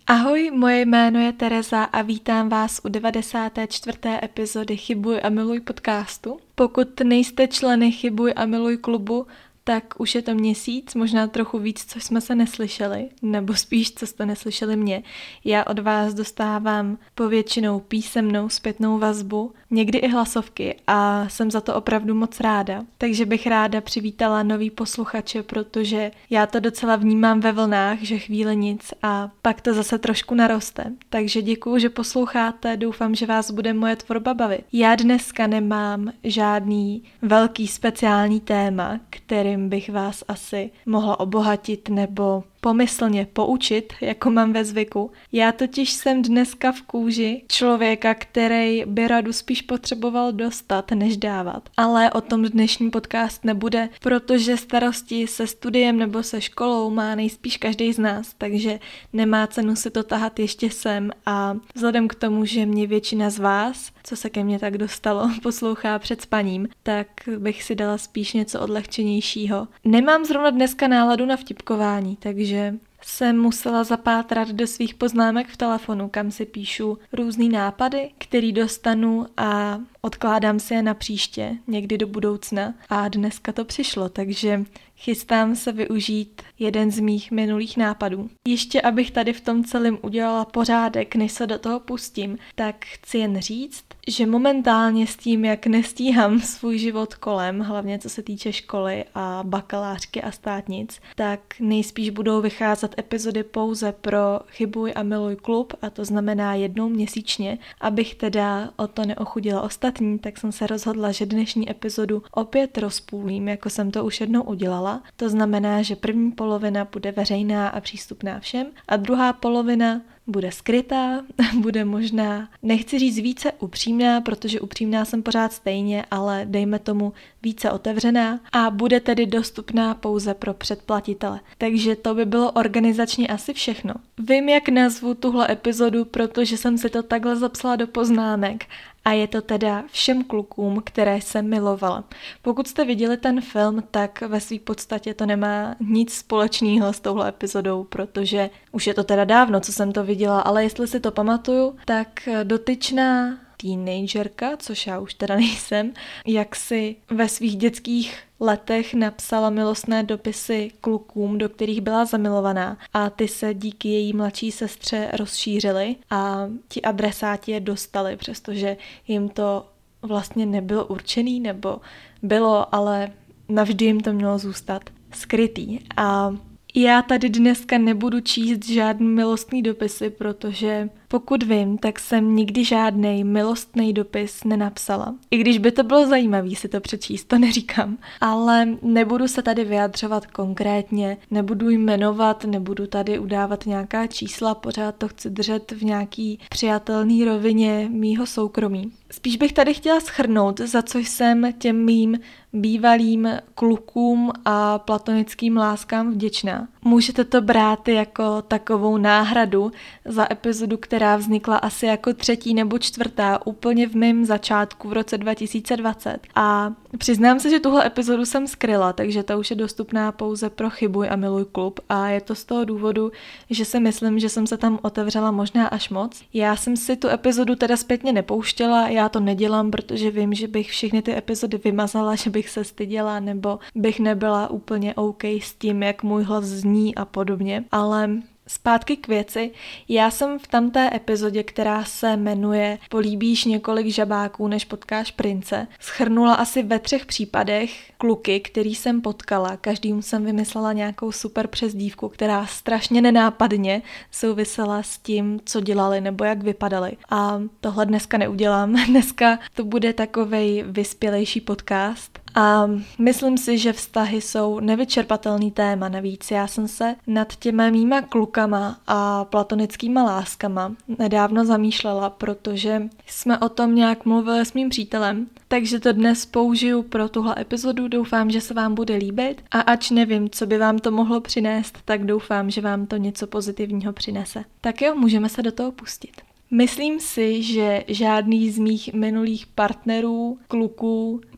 Ahoj, moje jméno je Tereza a vítám vás u 94. epizody Chybuj a miluj podcastu. Pokud nejste členy Chybuj a miluj klubu, tak už je to měsíc, možná trochu víc, co jsme se neslyšeli, nebo spíš, co jste neslyšeli mě. Já od vás dostávám povětšinou písemnou zpětnou vazbu, někdy i hlasovky a jsem za to opravdu moc ráda. Takže bych ráda přivítala nový posluchače, protože já to docela vnímám ve vlnách, že chvíli nic a pak to zase trošku naroste. Takže děkuju, že posloucháte, doufám, že vás bude moje tvorba bavit. Já dneska nemám žádný velký speciální téma, kterým bych vás asi mohla obohatit nebo pomyslně poučit, jako mám ve zvyku. Já totiž jsem dneska v kůži člověka, který by radu spíš potřeboval dostat, než dávat. Ale o tom dnešní podcast nebude, protože starosti se studiem nebo se školou má nejspíš každý z nás, takže nemá cenu si to tahat ještě sem a vzhledem k tomu, že mě většina z vás, co se ke mně tak dostalo, poslouchá před spaním, tak bych si dala spíš něco odlehčenějšího. Nemám zrovna dneska náladu na vtipkování, takže jsem musela zapátrat do svých poznámek v telefonu, kam si píšu různý nápady, který dostanu a odkládám si je na příště, někdy do budoucna. A dneska to přišlo, takže chystám se využít jeden z mých minulých nápadů. Ještě abych tady v tom celém udělala pořádek, než se do toho pustím, tak chci jen říct, že momentálně s tím, jak nestíhám svůj život kolem, hlavně co se týče školy a bakalářky a státnic, tak nejspíš budou vycházet epizody pouze pro Chybuj a miluj klub, a to znamená jednou měsíčně, abych teda o to neochudila ostatní, tak jsem se rozhodla, že dnešní epizodu opět rozpůlím, jako jsem to už jednou udělala. To znamená, že první polovina bude veřejná a přístupná všem a druhá polovina bude skrytá, bude možná, nechci říct více upřímná, protože upřímná jsem pořád stejně, ale dejme tomu více otevřená a bude tedy dostupná pouze pro předplatitele. Takže to by bylo organizačně asi všechno. Vím, jak nazvu tuhle epizodu, protože jsem si to takhle zapsala do poznámek. A je to teda všem klukům, které jsem milovala. Pokud jste viděli ten film, tak ve své podstatě to nemá nic společného s touhle epizodou, protože už je to teda dávno, co jsem to viděla, ale jestli si to pamatuju, tak dotyčná teenagerka, což já už teda nejsem, jak si ve svých dětských letech napsala milostné dopisy klukům, do kterých byla zamilovaná a ty se díky její mladší sestře rozšířily a ti adresáti je dostali, přestože jim to vlastně nebylo určený, nebo bylo, ale navždy jim to mělo zůstat skrytý. A já tady dneska nebudu číst žádný milostný dopisy, protože pokud vím, tak jsem nikdy žádnej milostný dopis nenapsala. I když by to bylo zajímavé si to přečíst, to neříkám. Ale nebudu se tady vyjadřovat konkrétně, nebudu jmenovat, nebudu tady udávat nějaká čísla, pořád to chci držet v nějaký přijatelný rovině mýho soukromí. Spíš bych tady chtěla shrnout, za co jsem těm mým bývalým klukům a platonickým láskám vděčná. Můžete to brát jako takovou náhradu za epizodu, která vznikla asi jako 3. nebo 4. úplně v mém začátku v roce 2020. A přiznám se, že tuhle epizodu jsem skryla, takže ta už je dostupná pouze pro Chybuj a miluj klub a je to z toho důvodu, že si myslím, že jsem se tam otevřela možná až moc. Já jsem si tu epizodu teda zpětně nepouštěla, já to nedělám, protože vím, že bych všechny ty epizody vymazala, že bych se styděla nebo bych nebyla úplně OK s tím, jak můj hlas zní a podobně, ale zpátky k věci, já jsem v tamté epizodě, která se jmenuje Políbíš několik žabáků, než potkáš prince, shrnula asi ve 3 případech kluky, který jsem potkala. Každému jsem vymyslela nějakou super přezdívku, která strašně nenápadně souvisela s tím, co dělali nebo jak vypadali. A tohle dneska neudělám. Dneska to bude takovej vyspělejší podcast. A myslím si, že vztahy jsou nevyčerpatelný téma. Navíc já jsem se nad těma mýma klukama a platonickýma láskama nedávno zamýšlela, protože jsme o tom nějak mluvili s mým přítelem. Takže to dnes použiju pro tuhle epizodu, doufám, že se vám bude líbit a ač nevím, co by vám to mohlo přinést, tak doufám, že vám to něco pozitivního přinese. Tak jo, můžeme se do toho pustit. Myslím si, že žádný z mých minulých partnerů, kluků,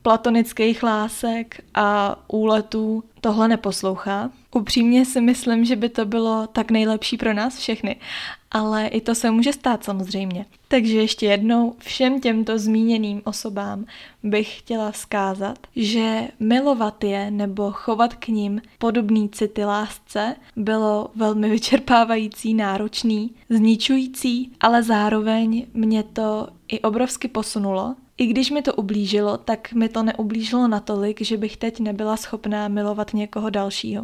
platonických lásek a úletů tohle neposlouchá. Upřímně si myslím, že by to bylo tak nejlepší pro nás všechny, ale i to se může stát samozřejmě. Takže ještě jednou všem těmto zmíněným osobám bych chtěla vzkázat, že milovat je nebo chovat k nim podobný city lásce bylo velmi vyčerpávající, náročný, zničující, ale zároveň mě to i obrovsky posunulo. I když mi to ublížilo, tak mi to neublížilo natolik, že bych teď nebyla schopná milovat někoho dalšího.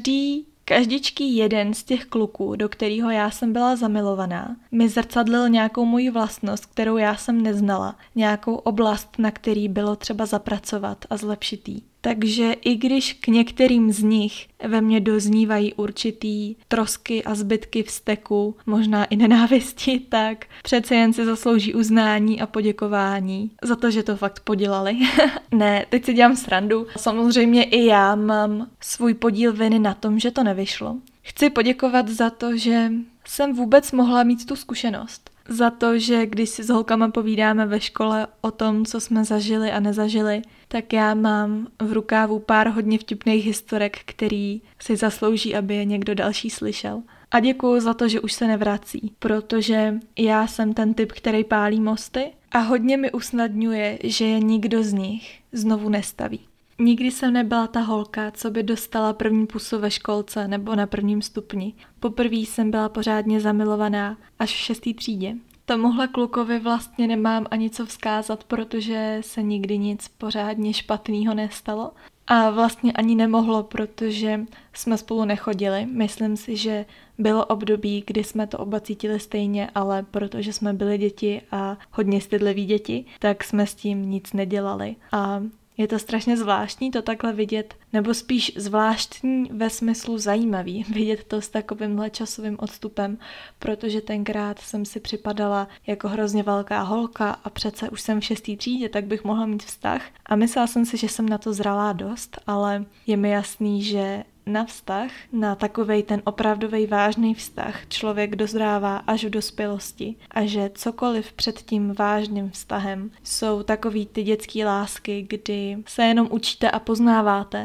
Každičký jeden z těch kluků, do kterého já jsem byla zamilovaná, mi zrcadlil nějakou moji vlastnost, kterou já jsem neznala, nějakou oblast, na který bylo třeba zapracovat a zlepšit jí. Takže i když k některým z nich ve mně doznívají určitý trosky a zbytky vzteku, možná i nenávisti, tak přece jen si zaslouží uznání a poděkování za to, že to fakt podělali. Ne, teď si dělám srandu. Samozřejmě i já mám svůj podíl viny na tom, že to nevyšlo. Chci poděkovat za to, že jsem vůbec mohla mít tu zkušenost. Za to, že když si s holkama povídáme ve škole o tom, co jsme zažili a nezažili, tak já mám v rukávu pár hodně vtipných historek, který si zaslouží, aby je někdo další slyšel. A děkuju za to, že už se nevrací, protože já jsem ten typ, který pálí mosty a hodně mi usnadňuje, že je nikdo z nich znovu nestaví. Nikdy jsem nebyla ta holka, co by dostala první pusu ve školce nebo na prvním stupni. Poprvé jsem byla pořádně zamilovaná až v 6. třídě. Tomuhle klukovi vlastně nemám ani co vzkázat, protože se nikdy nic pořádně špatného nestalo. A vlastně ani nemohlo, protože jsme spolu nechodili. Myslím si, že bylo období, kdy jsme to oba cítili stejně, ale protože jsme byli děti a hodně stydliví děti, tak jsme s tím nic nedělali. A je to strašně zvláštní to takhle vidět, nebo spíš zvláštní ve smyslu zajímavý vidět to s takovýmhle časovým odstupem, protože tenkrát jsem si připadala jako hrozně velká holka a přece už jsem v 6. třídě, tak bych mohla mít vztah a myslela jsem si, že jsem na to zralá dost, ale je mi jasný, že na vztah, na takovej ten opravdový vážný vztah člověk dozrává až v dospělosti a že cokoliv před tím vážným vztahem jsou takový ty dětský lásky, kdy se jenom učíte a poznáváte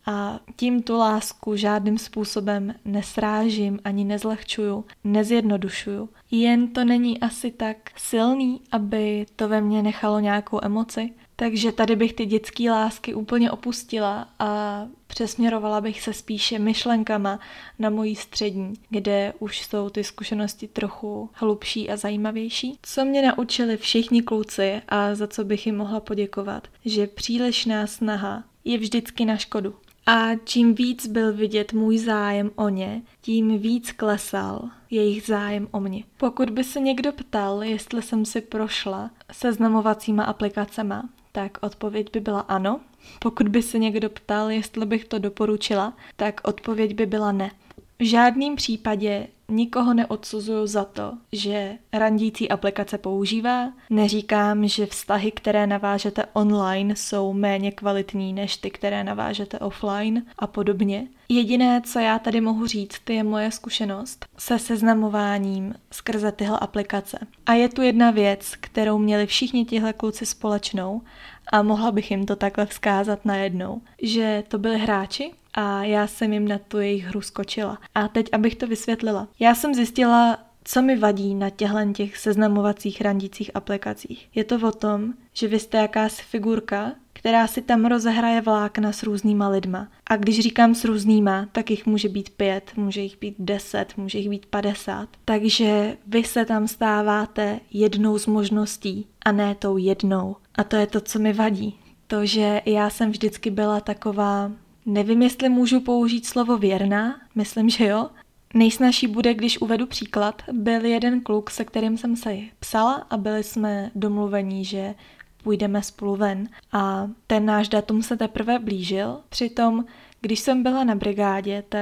a tím tu lásku žádným způsobem nesrážím ani nezlehčuju, nezjednodušuju. Jen to není asi tak silný, aby to ve mně nechalo nějakou emoci. Takže tady bych ty dětské lásky úplně opustila a přesměrovala bych se spíše myšlenkama na mojí střední, kde už jsou ty zkušenosti trochu hlubší a zajímavější. Co mě naučili všichni kluci a za co bych jim mohla poděkovat, že přílišná snaha je vždycky na škodu. A čím víc byl vidět můj zájem o ně, tím víc klesal jejich zájem o mě. Pokud by se někdo ptal, jestli jsem si prošla seznamovacíma aplikacema, tak odpověď by byla ano. Pokud by se někdo ptal, jestli bych to doporučila, tak odpověď by byla ne. V žádném případě nikoho neodsuzuju za to, že randící aplikace používá. Neříkám, že vztahy, které navážete online, jsou méně kvalitní než ty, které navážete offline a podobně. Jediné, co já tady mohu říct, je moje zkušenost se seznamováním skrze tyhle aplikace. A je tu jedna věc, kterou měli všichni tihle kluci společnou a mohla bych jim to takhle vzkázat najednou, že to byli hráči a já jsem jim na tu jejich hru skočila. A teď, abych to vysvětlila. Já jsem zjistila, co mi vadí na těch seznamovacích randících aplikacích. Je to o tom, že vy jste jakási figurka, která si tam rozehraje vlákna s různýma lidma. A když říkám s různýma, tak jich může být 5, může jich být 10, může jich být 50. Takže vy se tam stáváte jednou z možností a ne tou jednou. A to je to, co mi vadí. To, že já jsem vždycky byla taková, nevím, jestli můžu použít slovo věrná, myslím, že jo. Nejsnažší bude, když uvedu příklad. Byl jeden kluk, se kterým jsem se psala a byli jsme domluvení, že půjdeme spolu ven. A ten náš datum se teprve blížil. Přitom, když jsem byla na brigádě, tak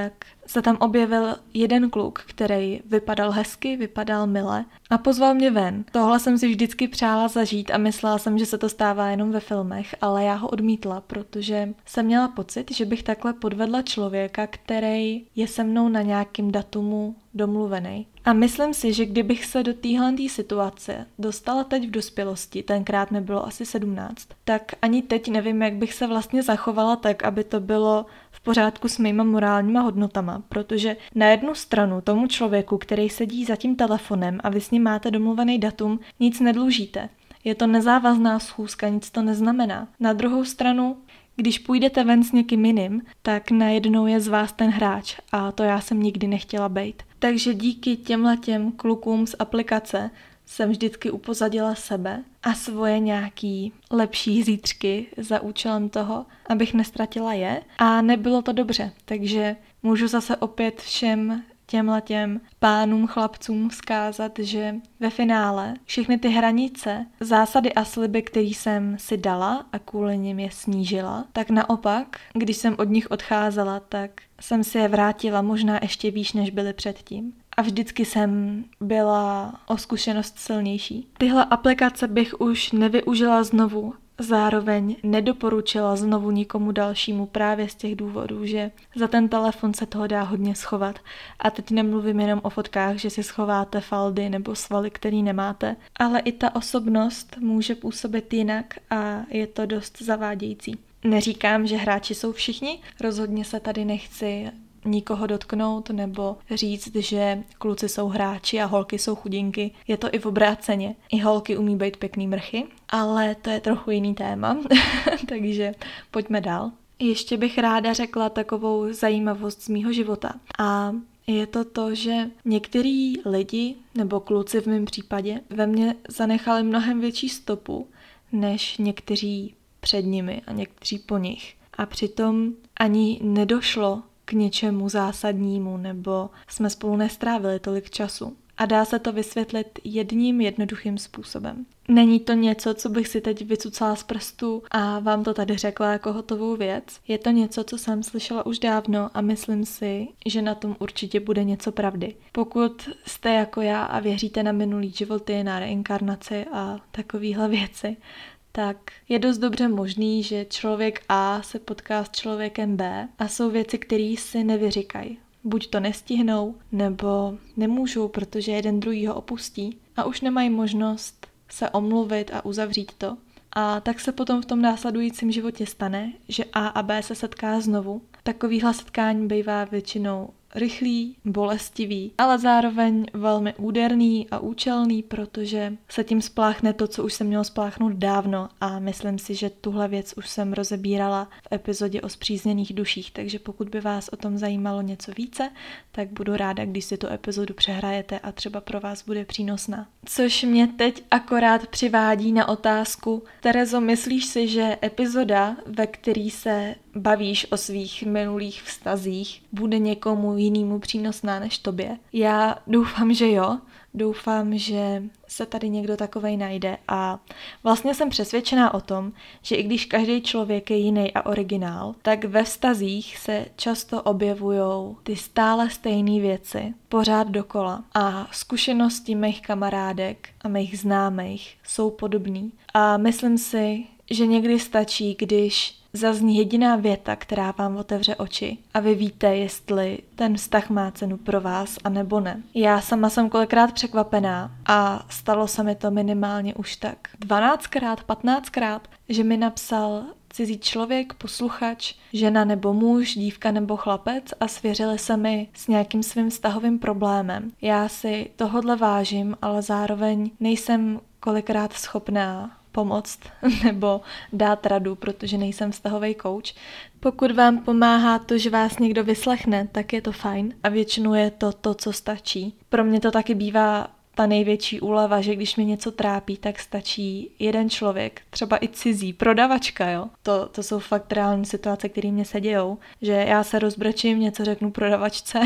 se tam objevil jeden kluk, který vypadal hezky, vypadal mile a pozval mě ven. Tohle jsem si vždycky přála zažít a myslela jsem, že se to stává jenom ve filmech, ale já ho odmítla, protože jsem měla pocit, že bych takhle podvedla člověka, který je se mnou na nějakým datumu domluvený. A myslím si, že kdybych se do téhle situace dostala teď v dospělosti, tenkrát mi bylo asi 17, tak ani teď nevím, jak bych se vlastně zachovala tak, aby to bylo v pořádku s mýma morálníma hodnotama, protože na jednu stranu tomu člověku, který sedí za tím telefonem a vy s ním máte domluvený datum, nic nedlužíte. Je to nezávazná schůzka, nic to neznamená. Na druhou stranu, když půjdete ven s někým jiným, tak najednou je z vás ten hráč a to já jsem nikdy nechtěla bejt. Takže díky těmhletěm klukům z aplikace jsem vždycky upozadila sebe a svoje nějaký lepší zítřky za účelem toho, abych nestratila je a nebylo to dobře. Takže můžu zase opět všem těmhletěm pánům, chlapcům vzkázat, že ve finále všechny ty hranice, zásady a sliby, které jsem si dala a kvůli nim je snížila, tak naopak, když jsem od nich odcházela, tak jsem si je vrátila možná ještě výš, než byly předtím. A vždycky jsem byla o zkušenost silnější. Tyhle aplikace bych už nevyužila znovu, zároveň nedoporučila znovu nikomu dalšímu právě z těch důvodů, že za ten telefon se toho dá hodně schovat. A teď nemluvím jenom o fotkách, že si schováte faldy nebo svaly, který nemáte, ale i ta osobnost může působit jinak a je to dost zavádějící. Neříkám, že hráči jsou všichni, rozhodně se tady nechci nikoho dotknout nebo říct, že kluci jsou hráči a holky jsou chudinky. Je to i v obráceně. I holky umí být pěkný mrchy, ale to je trochu jiný téma, takže pojďme dál. Ještě bych ráda řekla takovou zajímavost z mýho života a je to to, že některý lidi, nebo kluci v mém případě, ve mně zanechali mnohem větší stopu, než někteří před nimi a někteří po nich. A přitom ani nedošlo k něčemu zásadnímu, nebo jsme spolu nestrávili tolik času. A dá se to vysvětlit jedním jednoduchým způsobem. Není to něco, co bych si teď vycucala z prstu a vám to tady řekla jako hotovou věc. Je to něco, co jsem slyšela už dávno a myslím si, že na tom určitě bude něco pravdy. Pokud jste jako já a věříte na minulý životy, na reinkarnaci a takovéhle věci, tak je dost dobře možný, že člověk A se potká s člověkem B a jsou věci, které si nevyříkají. Buď to nestihnou, nebo nemůžou, protože jeden druhýho opustí a už nemají možnost se omluvit a uzavřít to. A tak se potom v tom následujícím životě stane, že A a B se setká znovu. Takovýhle setkání bývá většinou rychlý, bolestivý, ale zároveň velmi úderný a účelný, protože se tím spláchne to, co už se mělo spláchnout dávno a myslím si, že tuhle věc už jsem rozebírala v epizodě o spřízněných duších, takže pokud by vás o tom zajímalo něco více, tak budu ráda, když si tu epizodu přehrajete a třeba pro vás bude přínosná. Což mě teď akorát přivádí na otázku: Terezo, myslíš si, že epizoda, ve který se bavíš o svých minulých vztazích, bude někomu jinému přínosná než tobě? Já doufám, že jo. Doufám, že se tady někdo takovej najde a vlastně jsem přesvědčená o tom, že i když každý člověk je jiný a originál, tak ve vztazích se často objevujou ty stále stejné věci, pořád dokola. A zkušenosti mých kamarádek a mých známých jsou podobný. A myslím si, že někdy stačí, když zazní jediná věta, která vám otevře oči a vy víte, jestli ten vztah má cenu pro vás a nebo ne. Já sama jsem kolikrát překvapená a stalo se mi to minimálně už tak 12krát, 15krát, že mi napsal cizí člověk, posluchač, žena nebo muž, dívka nebo chlapec a svěřili se mi s nějakým svým vztahovým problémem. Já si tohodle vážím, ale zároveň nejsem kolikrát schopná pomoct nebo dát radu, protože nejsem vztahový coach. Pokud vám pomáhá to, že vás někdo vyslechne, tak je to fajn a většinou je to, co stačí. Pro mě to taky bývá ta největší úleva, že když mě něco trápí, tak stačí jeden člověk, třeba i cizí, prodavačka, jo. To jsou fakt reální situace, které mě se dějou, že já se rozbrečím, něco řeknu prodavačce,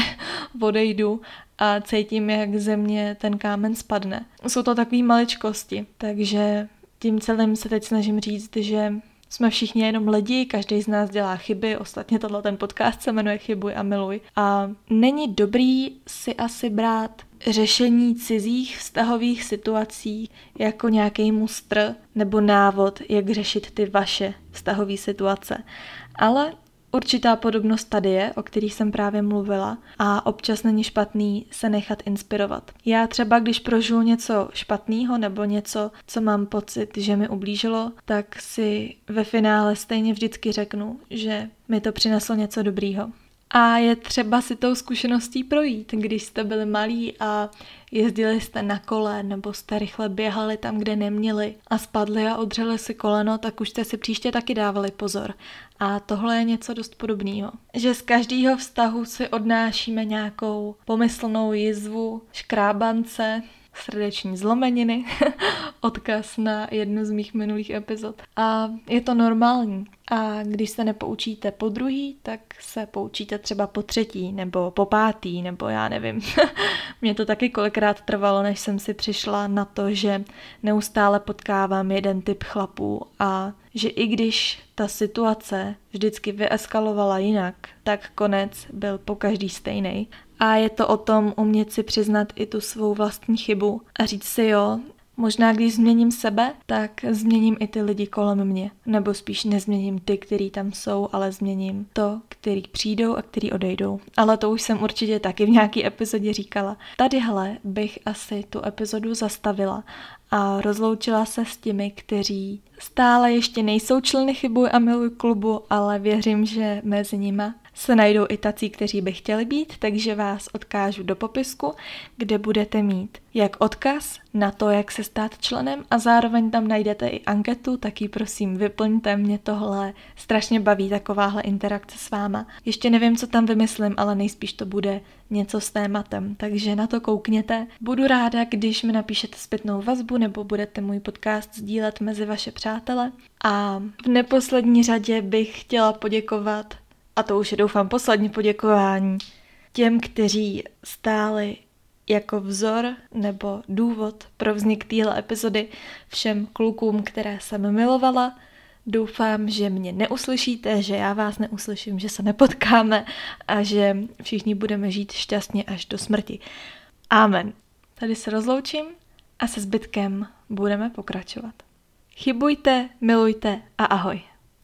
odejdu a cítím, jak ze mě ten kámen spadne. Jsou to takové maličkosti, takže tím celým se teď snažím říct, že jsme všichni jenom lidi, každý z nás dělá chyby, ostatně ten podcast se jmenuje Chybuj a miluj. A není dobrý si asi brát řešení cizích vztahových situací jako nějaký mustr nebo návod, jak řešit ty vaše vztahové situace. Ale určitá podobnost tady je, o kterých jsem právě mluvila, a občas není špatný se nechat inspirovat. Já třeba, když prožiju něco špatného nebo něco, co mám pocit, že mi ublížilo, tak si ve finále stejně vždycky řeknu, že mi to přineslo něco dobrýho. A je třeba si tou zkušeností projít, když jste byli malí a jezdili jste na kole nebo jste rychle běhali tam, kde neměli a spadli a odřeli si koleno, tak už jste si příště taky dávali pozor. A tohle je něco dost podobného. Že z každého vztahu si odnášíme nějakou pomyslnou jizvu, škrábance, srdeční zlomeniny, odkaz na jednu z mých minulých epizod. A je to normální. A když se nepoučíte po druhý, tak se poučíte třeba po třetí, nebo po pátý, nebo já nevím. Mně to taky kolikrát trvalo, než jsem si přišla na to, že neustále potkávám jeden typ chlapů a že i když ta situace vždycky vyeskalovala jinak, tak konec byl pokaždý stejný. A je to o tom umět si přiznat i tu svou vlastní chybu a říct si jo, možná když změním sebe, tak změním i ty lidi kolem mě. Nebo spíš nezměním ty, který tam jsou, ale změním to, který přijdou a který odejdou. Ale to už jsem určitě taky v nějaký epizodě říkala. Tadyhle bych asi tu epizodu zastavila a rozloučila se s těmi, kteří stále ještě nejsou členy Chybuj a miluj klubu, ale věřím, že mezi nima se najdou i tací, kteří by chtěli být, takže vás odkážu do popisku, kde budete mít jak odkaz na to, jak se stát členem a zároveň tam najdete i anketu, tak ji prosím vyplňte, mě tohle strašně baví, takováhle interakce s váma. Ještě nevím, co tam vymyslím, ale nejspíš to bude něco s tématem, takže na to koukněte. Budu ráda, když mi napíšete zpětnou vazbu nebo budete můj podcast sdílet mezi vaše přátele. A v neposlední řadě bych chtěla poděkovat, a to už je doufám poslední poděkování, těm, kteří stáli jako vzor nebo důvod pro vznik téhle epizody všem klukům, které jsem milovala. Doufám, že mě neuslyšíte, že já vás neuslyším, že se nepotkáme a že všichni budeme žít šťastně až do smrti. Amen. Tady se rozloučím a se zbytkem budeme pokračovat. Chybujte, milujte a ahoj.